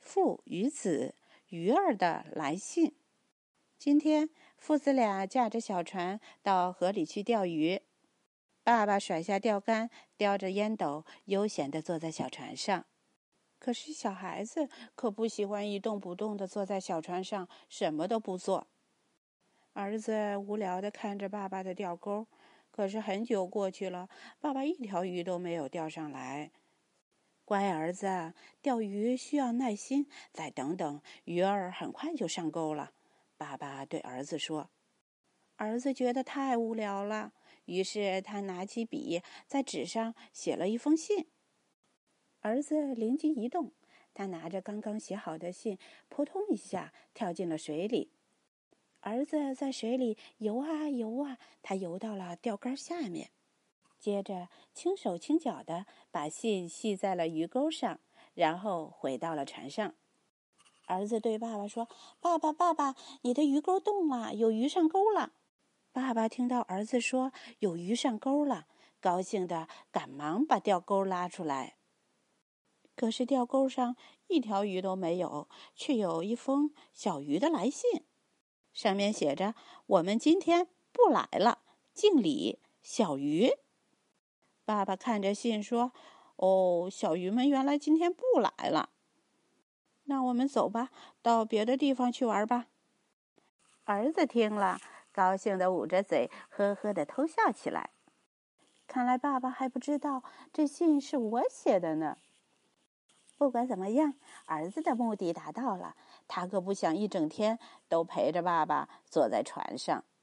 父与子鱼儿的来信。今天父子俩驾着小船到河里去钓鱼。爸爸甩下钓竿，叼着烟斗，悠闲地坐在小船上。可是小孩子可不喜欢一动不动地坐在小船上，什么都不做。儿子无聊地看着爸爸的钓钩，可是很久过去了，爸爸一条鱼都没有钓上来。乖儿子，钓鱼需要耐心，再等等，鱼儿很快就上钩了。爸爸对儿子说。儿子觉得太无聊了，于是他拿起笔，在纸上写了一封信。儿子灵机一动，他拿着刚刚写好的信，扑通一下跳进了水里。儿子在水里游啊游啊，他游到了钓竿下面，接着轻手轻脚地把信系在了鱼钩上，然后回到了船上。儿子对爸爸说：“爸爸，爸爸，你的鱼钩动了，有鱼上钩了。”爸爸听到儿子说有鱼上钩了，高兴地赶忙把钓钩拉出来。可是钓钩上一条鱼都没有，却有一封小鱼的来信，上面写着：“我们今天不来了，敬礼，小鱼。”爸爸看着信说：“哦，小鱼们原来今天不来了。那我们走吧，到别的地方去玩吧。”儿子听了，高兴地捂着嘴，呵呵地偷笑起来。看来爸爸还不知道这信是我写的呢。不管怎么样，儿子的目的达到了，他可不想一整天都陪着爸爸坐在船上。